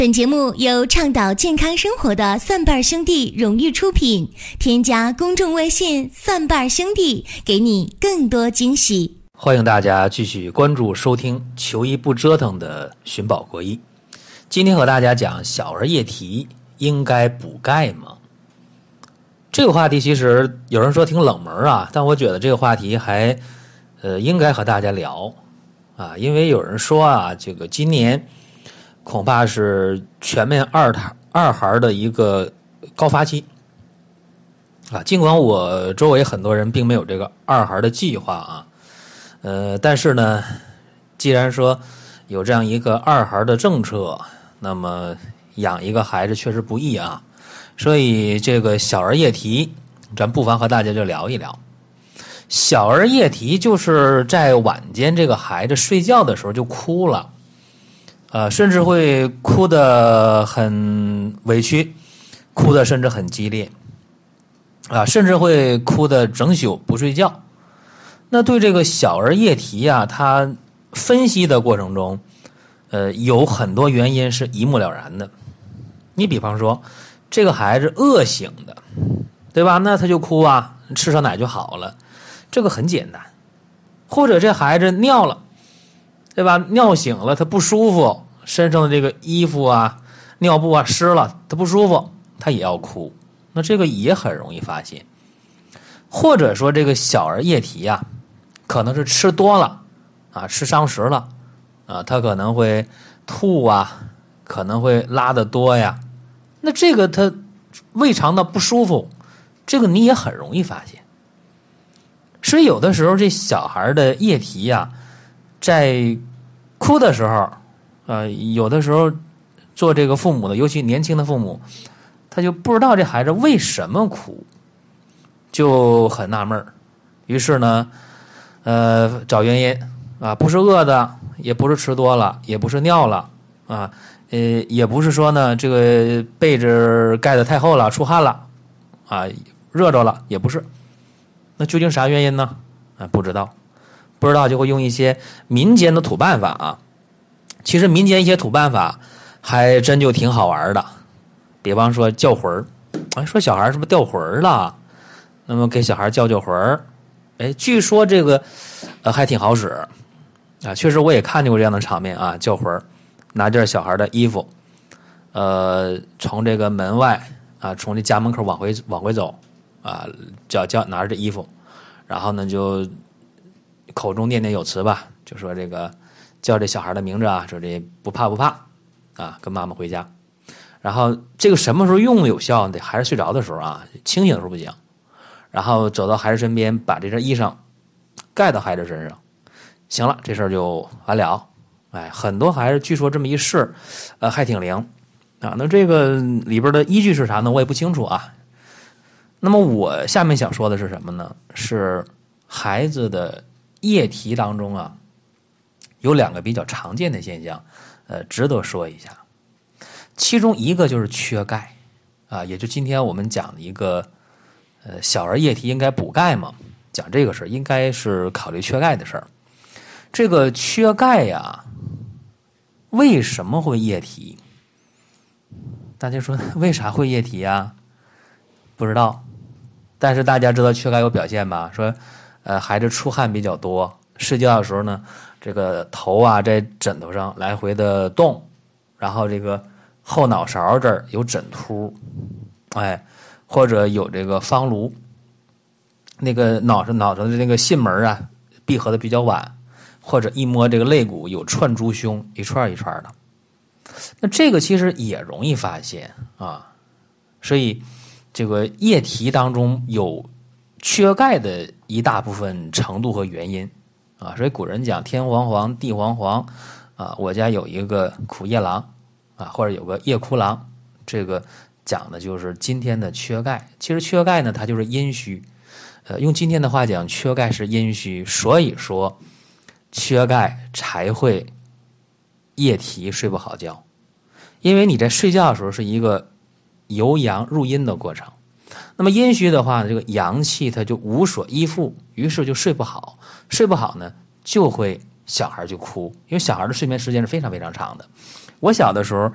本节目由倡导健康生活的蒜瓣兄弟荣誉出品，添加公众微信蒜瓣兄弟，给你更多惊喜。 欢迎大家继续关注收听求医不折腾的寻宝国医。今天和大家讲小儿夜啼应该补钙吗？这个话题其实有人说挺冷门啊，但我觉得这个话题还应该和大家聊啊，因为有人说啊，这个今年恐怕是全面二孩的一个高发期啊。尽管我周围很多人并没有这个二孩的计划啊，但是呢，既然说有这样一个二孩的政策，那么养一个孩子确实不易啊。所以这个小儿夜啼，咱不妨和大家就聊一聊。小儿夜啼就是在晚间这个孩子睡觉的时候就哭了。甚至会哭得很委屈，哭得甚至很激烈，甚至会哭得整宿不睡觉。那对这个小儿夜啼啊，他分析的过程中，有很多原因是一目了然的。你比方说，这个孩子饿醒的，对吧？那他就哭啊，吃上奶就好了，这个很简单。或者这孩子尿了，对吧？尿醒了，他不舒服，身上的这个衣服啊、尿布啊湿了，他不舒服，他也要哭。那这个也很容易发现。或者说这个小儿夜啼啊，可能是吃多了啊，吃伤食了啊，他可能会吐啊，可能会拉得多呀。那这个他胃肠的不舒服，这个你也很容易发现。所以有的时候这小孩的夜啼啊，在哭的时候，有的时候做这个父母的，尤其年轻的父母，他就不知道这孩子为什么哭，就很纳闷。于是呢，找原因啊，不是饿的，也不是吃多了，也不是尿了啊，也不是说呢这个被子盖得太厚了，出汗了啊，热着了，也不是。那究竟啥原因呢？不知道就会用一些民间的土办法啊。其实民间一些土办法还真就挺好玩的，比方说叫魂儿。说小孩是不是掉魂儿了？那么给小孩叫魂儿，据说这个还挺好使啊。确实我也看见过这样的场面啊，叫魂儿，拿件小孩的衣服，从这个门外啊，从这家门口往回走啊，叫拿着这衣服，然后呢就口中念念有词吧，就说这个叫这小孩的名字啊，说这不怕啊，跟妈妈回家。然后这个什么时候用有效？得孩子睡着的时候啊，清醒的时候不行。然后走到孩子身边，把这身衣裳盖到孩子身上，行了，这事儿就完了。很多孩子据说这么一试，还挺灵啊。那这个里边的依据是啥呢？我也不清楚啊。那么我下面想说的是什么呢？是孩子的夜啼当中啊，有两个比较常见的现象，值得说一下。其中一个就是缺钙啊，也就今天我们讲的一个小儿夜啼应该补钙嘛，讲这个事儿应该是考虑缺钙的事儿。这个缺钙呀，为什么会夜啼？大家说为啥会夜啼啊？不知道。但是大家知道缺钙有表现吧？说孩子出汗比较多，睡觉的时候呢，这个头啊在枕头上来回的动，然后这个后脑勺这儿有枕秃，或者有这个方颅，那个脑袋的那个囟门啊闭合的比较晚，或者一摸这个肋骨有串珠胸，一串一串的。那这个其实也容易发现啊，所以这个夜啼当中有缺钙的一大部分程度和原因啊，所以古人讲天黄黄地黄黄啊，我家有一个苦夜郎啊，或者有个夜哭郎，这个讲的就是今天的缺钙。其实缺钙呢，它就是阴虚，用今天的话讲，缺钙是阴虚，所以说缺钙才会夜啼睡不好觉，因为你在睡觉的时候是一个由阳入阴的过程。那么阴虚的话，这个阳气它就无所依附，于是就睡不好。睡不好呢，就会小孩就哭，因为小孩的睡眠时间是非常非常长的。我小的时候，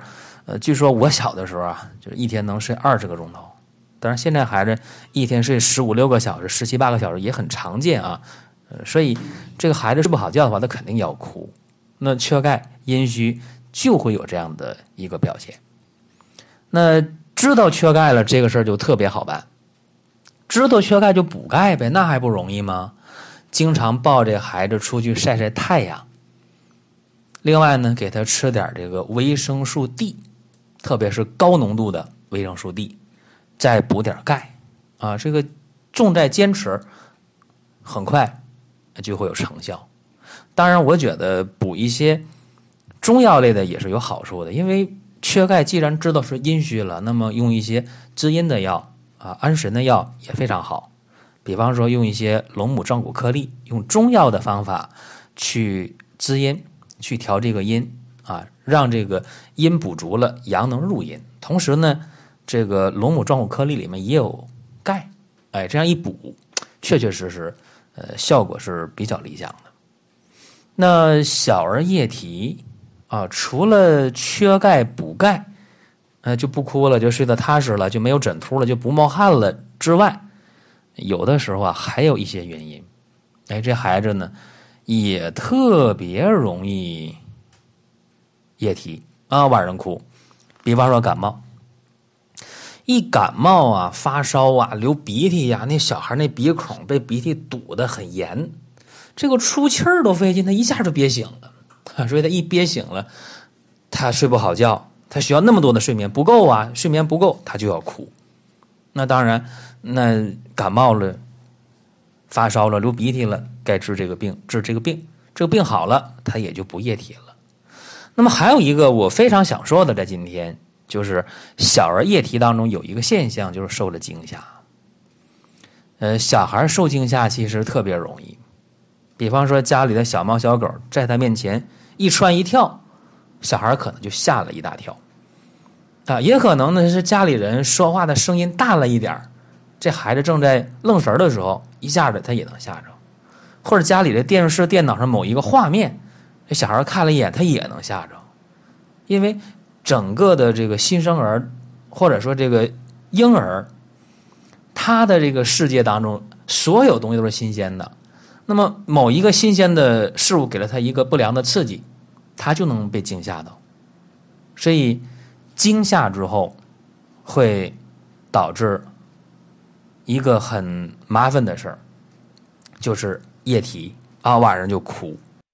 据说我小的时候啊，就是一天能睡20个钟头，当然现在孩子一天睡15、16个小时、17、18个小时也很常见啊。所以这个孩子睡不好觉的话，他肯定要哭。那缺钙阴虚就会有这样的一个表现。那知道缺钙了，这个事儿就特别好办。知道缺钙就补钙呗，那还不容易吗？经常抱这孩子出去晒晒太阳。另外呢，给他吃点这个维生素 D， 特别是高浓度的维生素 D， 再补点钙啊，这个重在坚持，很快就会有成效。当然我觉得补一些中药类的也是有好处的，因为缺钙既然知道是阴虚了，那么用一些滋阴的药啊，安神的药也非常好。比方说用一些龙母壮骨颗粒，用中药的方法去滋阴，去调这个阴啊，让这个阴补足了，阳能入阴。同时呢，这个龙母壮骨颗粒里面也有钙，哎，这样一补，确确实实，效果是比较理想的。那小儿夜啼啊，除了缺钙补钙，就不哭了，就睡得踏实了，就没有枕秃了，就不冒汗了之外，有的时候啊还有一些原因。哎，这孩子呢也特别容易夜啼啊，晚上哭。比方说感冒，一感冒啊，发烧啊，流鼻涕呀，那小孩那鼻孔被鼻涕堵得很严，这个出气儿都费劲，他一下就憋醒了。所以他一憋醒了，他睡不好觉，他需要那么多的睡眠不够啊，睡眠不够他就要哭。那当然，那感冒了、发烧了、流鼻涕了，该治这个病，治这个病，这个病好了，他也就不夜啼了。那么还有一个我非常想说的，在今天就是小儿夜啼当中有一个现象，就是受了惊吓。小孩受惊吓其实特别容易，比方说家里的小猫小狗在他面前一窜一跳，小孩可能就吓了一大跳啊，也可能呢是家里人说话的声音大了一点，这孩子正在愣神的时候，一下子他也能吓着，或者家里的电视电脑上某一个画面，这小孩看了一眼他也能吓着。因为整个的这个新生儿或者说这个婴儿，他的这个世界当中所有东西都是新鲜的，那么某一个新鲜的事物给了他一个不良的刺激，他就能被惊吓到。所以惊吓之后会导致一个很麻烦的事儿，就是夜啼啊，晚上就哭。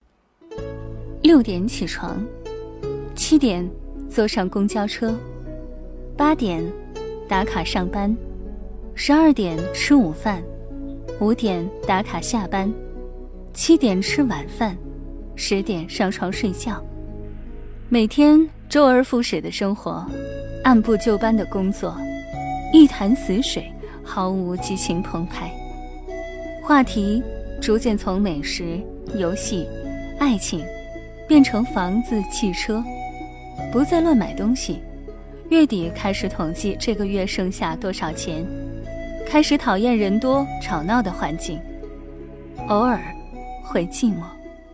6点起床，7点坐上公交车，8点打卡上班，12点吃午饭，5点打卡下班，7点吃晚饭，10点上床睡觉。每天周而复始的生活，按部就班的工作，一潭死水，毫无激情澎湃。话题逐渐从美食、游戏、爱情变成房子、汽车，不再乱买东西。月底开始统计这个月剩下多少钱，开始讨厌人多吵闹的环境，偶尔会寂寞。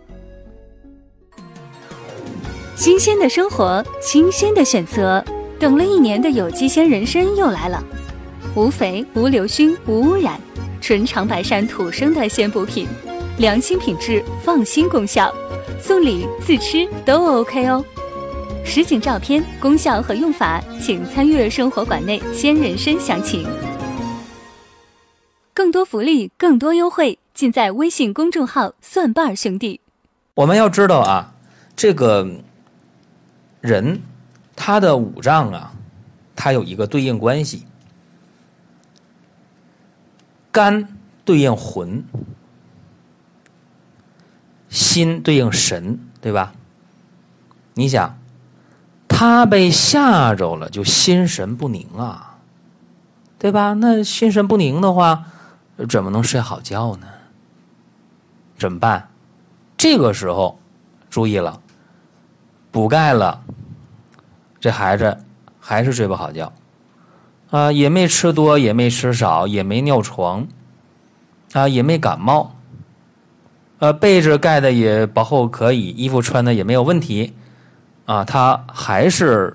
新鲜的生活，新鲜的选择，等了1年的有机鲜人参又来了，无肥、无硫熏、无污染，纯长白山土生的鲜补品，良心品质，放心功效，送礼自吃都 OK 哦。实景照片、功效和用法，请参阅生活馆内鲜人参详情。更多福利，更多优惠，尽在微信公众号蒜瓣兄弟。 我们要知道啊，这个人他的五脏啊，它有一个对应关系，肝对应魂，心对应神，对吧？你想他被吓着了，就心神不宁啊，对吧？那心神不宁的话，怎么能睡好觉呢？怎么办？这个时候注意了，补钙了，这孩子还是睡不好觉啊，也没吃多，也没吃少，也没尿床啊，也没感冒，被子盖的也薄厚可以，衣服穿的也没有问题啊，他还是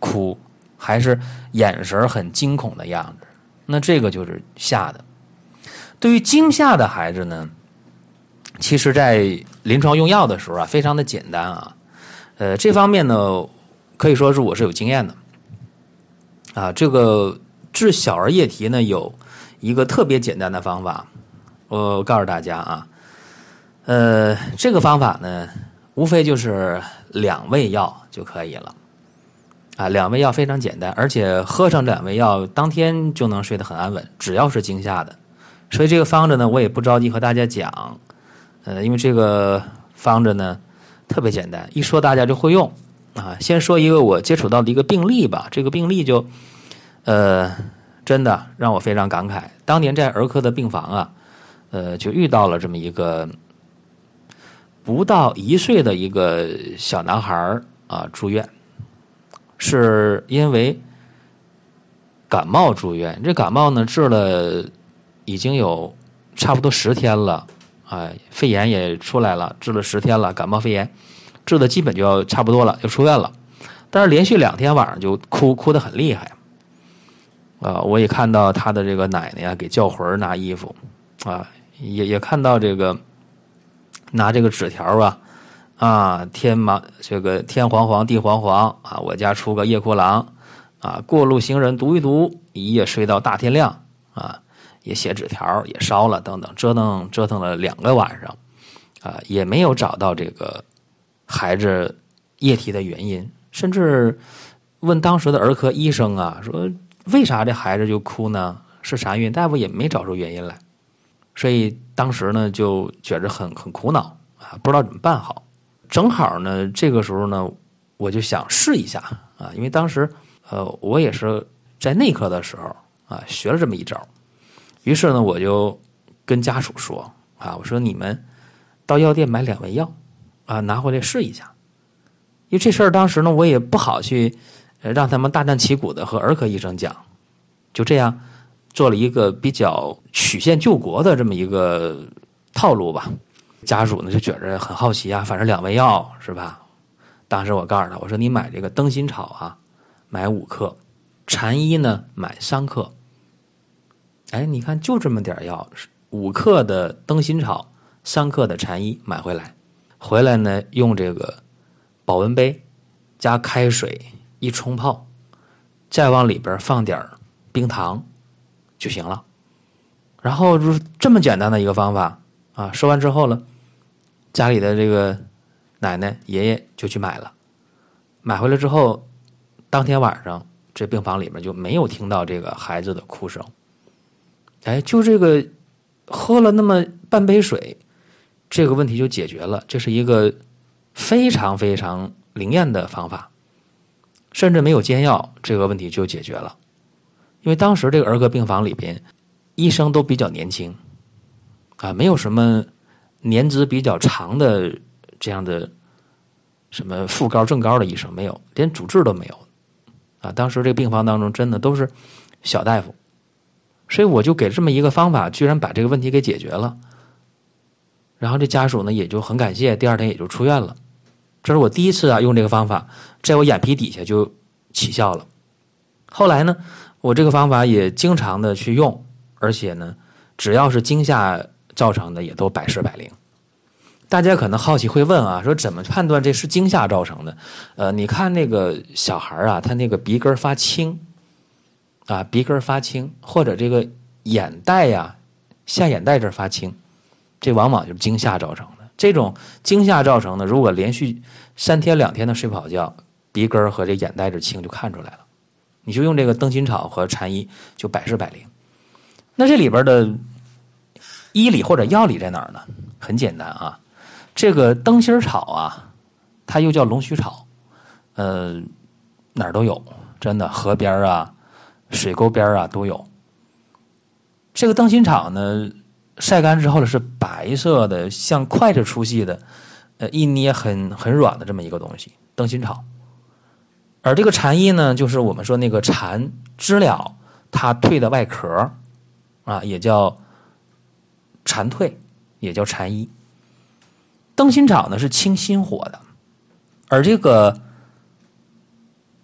哭，还是眼神很惊恐的样子，那这个就是吓的。对于惊吓的孩子呢，其实在临床用药的时候啊，非常的简单啊。这方面呢，可以说是我是有经验的啊。这个治小儿夜啼呢，有一个特别简单的方法，我告诉大家啊。这个方法呢，无非就是2味药就可以了啊。2味药非常简单，而且喝上2味药，当天就能睡得很安稳，只要是惊吓的。所以这个方子呢，我也不着急和大家讲，因为这个方子呢特别简单，一说大家就会用啊。先说一个我接触到的一个病例吧，这个病例就真的让我非常感慨。当年在儿科的病房啊，就遇到了这么一个不到1岁的一个小男孩啊住院，是因为感冒住院。这感冒呢治了已经有差不多10天了啊，肺炎也出来了，治了10天了，感冒肺炎治的基本就要差不多了，就出院了。但是连续2天晚上就哭得很厉害啊！我也看到他的这个奶奶啊给叫魂拿衣服啊，也看到这个拿这个纸条天黄黄地黄黄啊，我家出个夜哭郎啊，过路行人读一读，一夜睡到大天亮啊，也写纸条，也烧了等等，折腾了2个晚上啊，也没有找到这个孩子夜啼的原因，甚至问当时的儿科医生啊，说为啥这孩子就哭呢？是啥原因？大夫也没找出原因来。所以当时呢就觉着很苦恼啊，不知道怎么办好。正好呢这个时候呢我就想试一下啊，因为当时我也是在内科的时候啊学了这么一招。于是呢我就跟家属说啊，我说你们到药店买2味药啊，拿回来试一下。因为这事儿当时呢我也不好去让他们大张旗鼓的和儿科医生讲，就这样做了一个比较曲线救国的这么一个套路吧。家属呢就觉着很好奇啊，反正2味药是吧？当时我告诉他，我说你买这个灯心草啊，买5克，蝉衣呢买3克。哎，你看就这么点药，5克的灯心草，3克的蝉衣买回来呢用这个保温杯加开水一冲泡，再往里边放点冰糖就行了。然后就是这么简单的一个方法啊。说完之后呢，家里的这个奶奶爷爷就去买了，买回来之后当天晚上这病房里面就没有听到这个孩子的哭声。哎，就这个喝了那么半杯水，这个问题就解决了。这是一个非常非常灵验的方法，甚至没有煎药，这个问题就解决了。因为当时这个儿科病房里边医生都比较年轻啊，没有什么年资比较长的这样的什么副高正高的医生，没有，连主治都没有啊。当时这个病房当中真的都是小大夫，所以我就给这么一个方法，居然把这个问题给解决了。然后这家属呢也就很感谢，第2天也就出院了。这是我第一次啊用这个方法，在我眼皮底下就起效了。后来呢我这个方法也经常的去用，而且呢只要是惊吓造成的也都百试百灵。大家可能好奇会问啊，说怎么判断这是惊吓造成的？你看那个小孩啊，他那个鼻根发青啊，鼻根发青，或者这个眼袋呀，下眼袋这儿发青，这往往就是惊吓造成的。这种惊吓造成的，如果连续3天2天的睡不好觉，鼻根和这眼袋这青就看出来了。你就用这个灯心草和蝉衣就百试百灵。那这里边的医理或者药理在哪儿呢？很简单啊，这个灯心草啊，它又叫龙须草，哪儿都有，真的，河边啊、水沟边啊都有。这个灯心草呢，晒干之后呢是白色的，像筷子粗细的，一捏很软的这么一个东西，灯心草。而这个蝉衣呢，就是我们说那个蝉知了它蜕的外壳啊，也叫蝉蜕，也叫蝉衣。灯心草呢是清心火的，而这个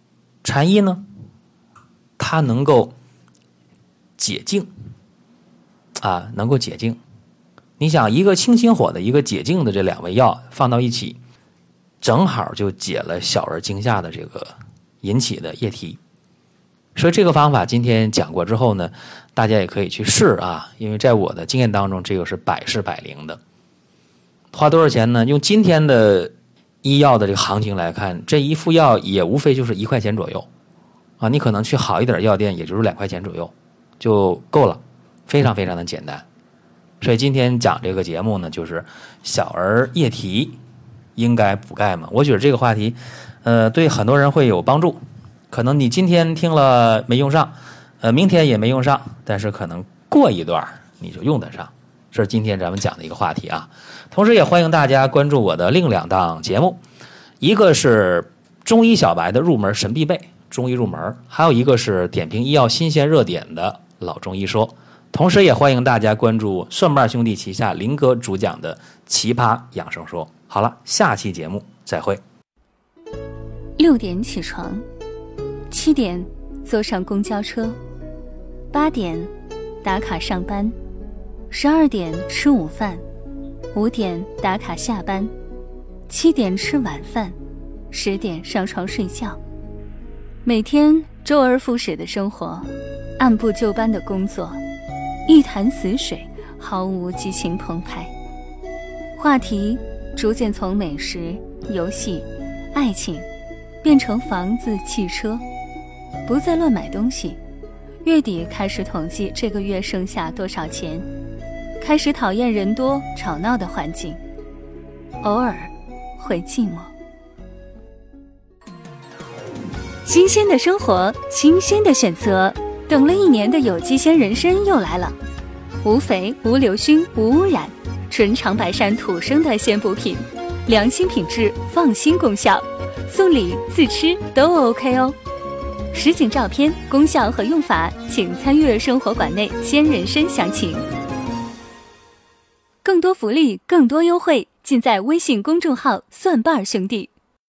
蝉衣呢，它能够解痉啊，能够解痉。你想，一个清心火的，一个解痉的，这2味药放到一起，正好就解了小儿惊吓的这个引起的液体。所以这个方法今天讲过之后呢，大家也可以去试啊，因为在我的经验当中，这个是百试百灵的。花多少钱呢？用今天的医药的这个行情来看，这一副药也无非就是1块钱左右啊，你可能去好一点药店，也就是2块钱左右就够了，非常非常的简单。所以今天讲这个节目呢，就是小儿夜啼应该补钙吗？我觉得这个话题对很多人会有帮助。可能你今天听了没用上，明天也没用上，但是可能过一段你就用得上。这是今天咱们讲的一个话题啊。同时也欢迎大家关注我的另2档节目，一个是中医小白的入门神必备，中医入门，还有一个是点评医药新鲜热点的老中医说。同时也欢迎大家关注蒜瓣兄弟旗下林哥主讲的奇葩养生说。好了，下期节目再会。 6点起床，7点坐上公交车，8点打卡上班，12点吃午饭，5点打卡下班，7点吃晚饭，10点上床睡觉。每天周而复始的生活，按部就班的工作，一潭死水，毫无激情澎湃。话题逐渐从美食、游戏、爱情变成房子、汽车，不再乱买东西。月底开始统计这个月剩下多少钱，开始讨厌人多吵闹的环境，偶尔会寂寞。新鲜的生活，新鲜的选择，等了1年的有机鲜人参又来了，无肥、无硫熏、无污染，纯长白山土生的鲜补品，良心品质，放心功效，送礼自吃都 OK 哦。实景照片、功效和用法，请参阅生活馆内鲜人参详情。更多福利，更多优惠，尽在微信公众号蒜瓣兄弟。